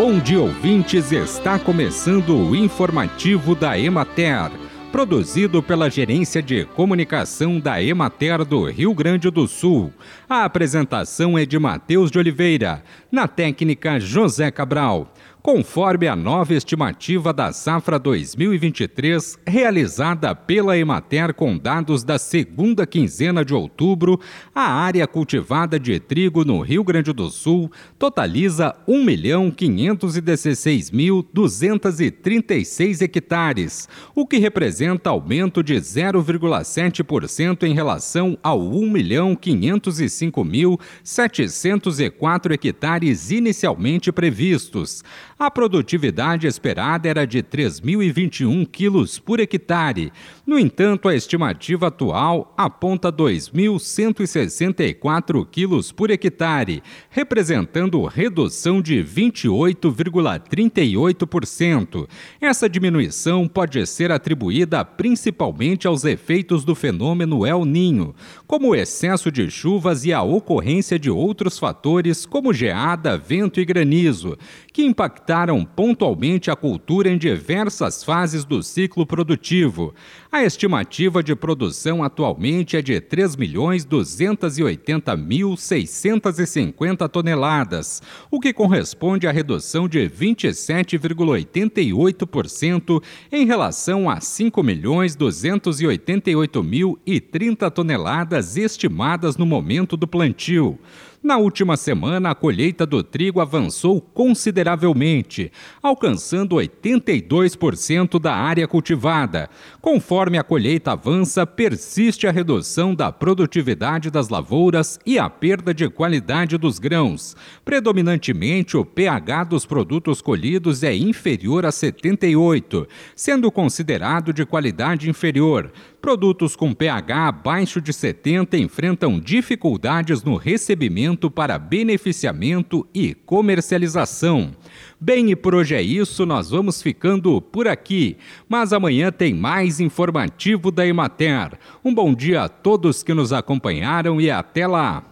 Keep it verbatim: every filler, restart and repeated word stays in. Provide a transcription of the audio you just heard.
Bom dia, ouvintes, está começando o informativo da Emater, produzido pela Gerência de Comunicação da Emater do Rio Grande do Sul. A apresentação é de Matheus de Oliveira, na técnica José Cabral. Conforme a nova estimativa da safra dois mil e vinte e três, realizada pela Emater com dados da segunda quinzena de outubro, a área cultivada de trigo no Rio Grande do Sul totaliza um milhão quinhentos e dezesseis mil duzentos e trinta e seis hectares, o que representa aumento de zero vírgula sete por cento em relação ao um milhão quinhentos e cinco mil setecentos e quatro hectares inicialmente previstos. A produtividade esperada era de três mil e vinte e um quilos por hectare. No entanto, a estimativa atual aponta dois mil cento e sessenta e quatro quilos por hectare, representando redução de vinte e oito vírgula trinta e oito por cento. Essa diminuição pode ser atribuída principalmente aos efeitos do fenômeno El Niño, como o excesso de chuvas e a ocorrência de outros fatores como geada, vento e granizo, que impactaram pontualmente a cultura em diversas fases do ciclo produtivo. A estimativa de produção atualmente é de três milhões duzentos e oitenta mil seiscentos e cinquenta toneladas, o que corresponde à redução de vinte e sete vírgula oitenta e oito por cento em relação a cinco milhões duzentos e oitenta e oito mil e trinta toneladas estimadas no momento do plantio. Na última semana, a colheita do trigo avançou consideravelmente, alcançando oitenta e dois por cento da área cultivada. Conforme a colheita avança, persiste a redução da produtividade das lavouras e a perda de qualidade dos grãos. Predominantemente, o pH dos produtos colhidos é inferior a setenta e oito, sendo considerado de qualidade inferior. Produtos com pH abaixo de setenta enfrentam dificuldades no recebimento para beneficiamento e comercialização. Bem, e por hoje é isso, nós vamos ficando por aqui, mas amanhã tem mais informativo da Emater. Um bom dia a todos que nos acompanharam e até lá!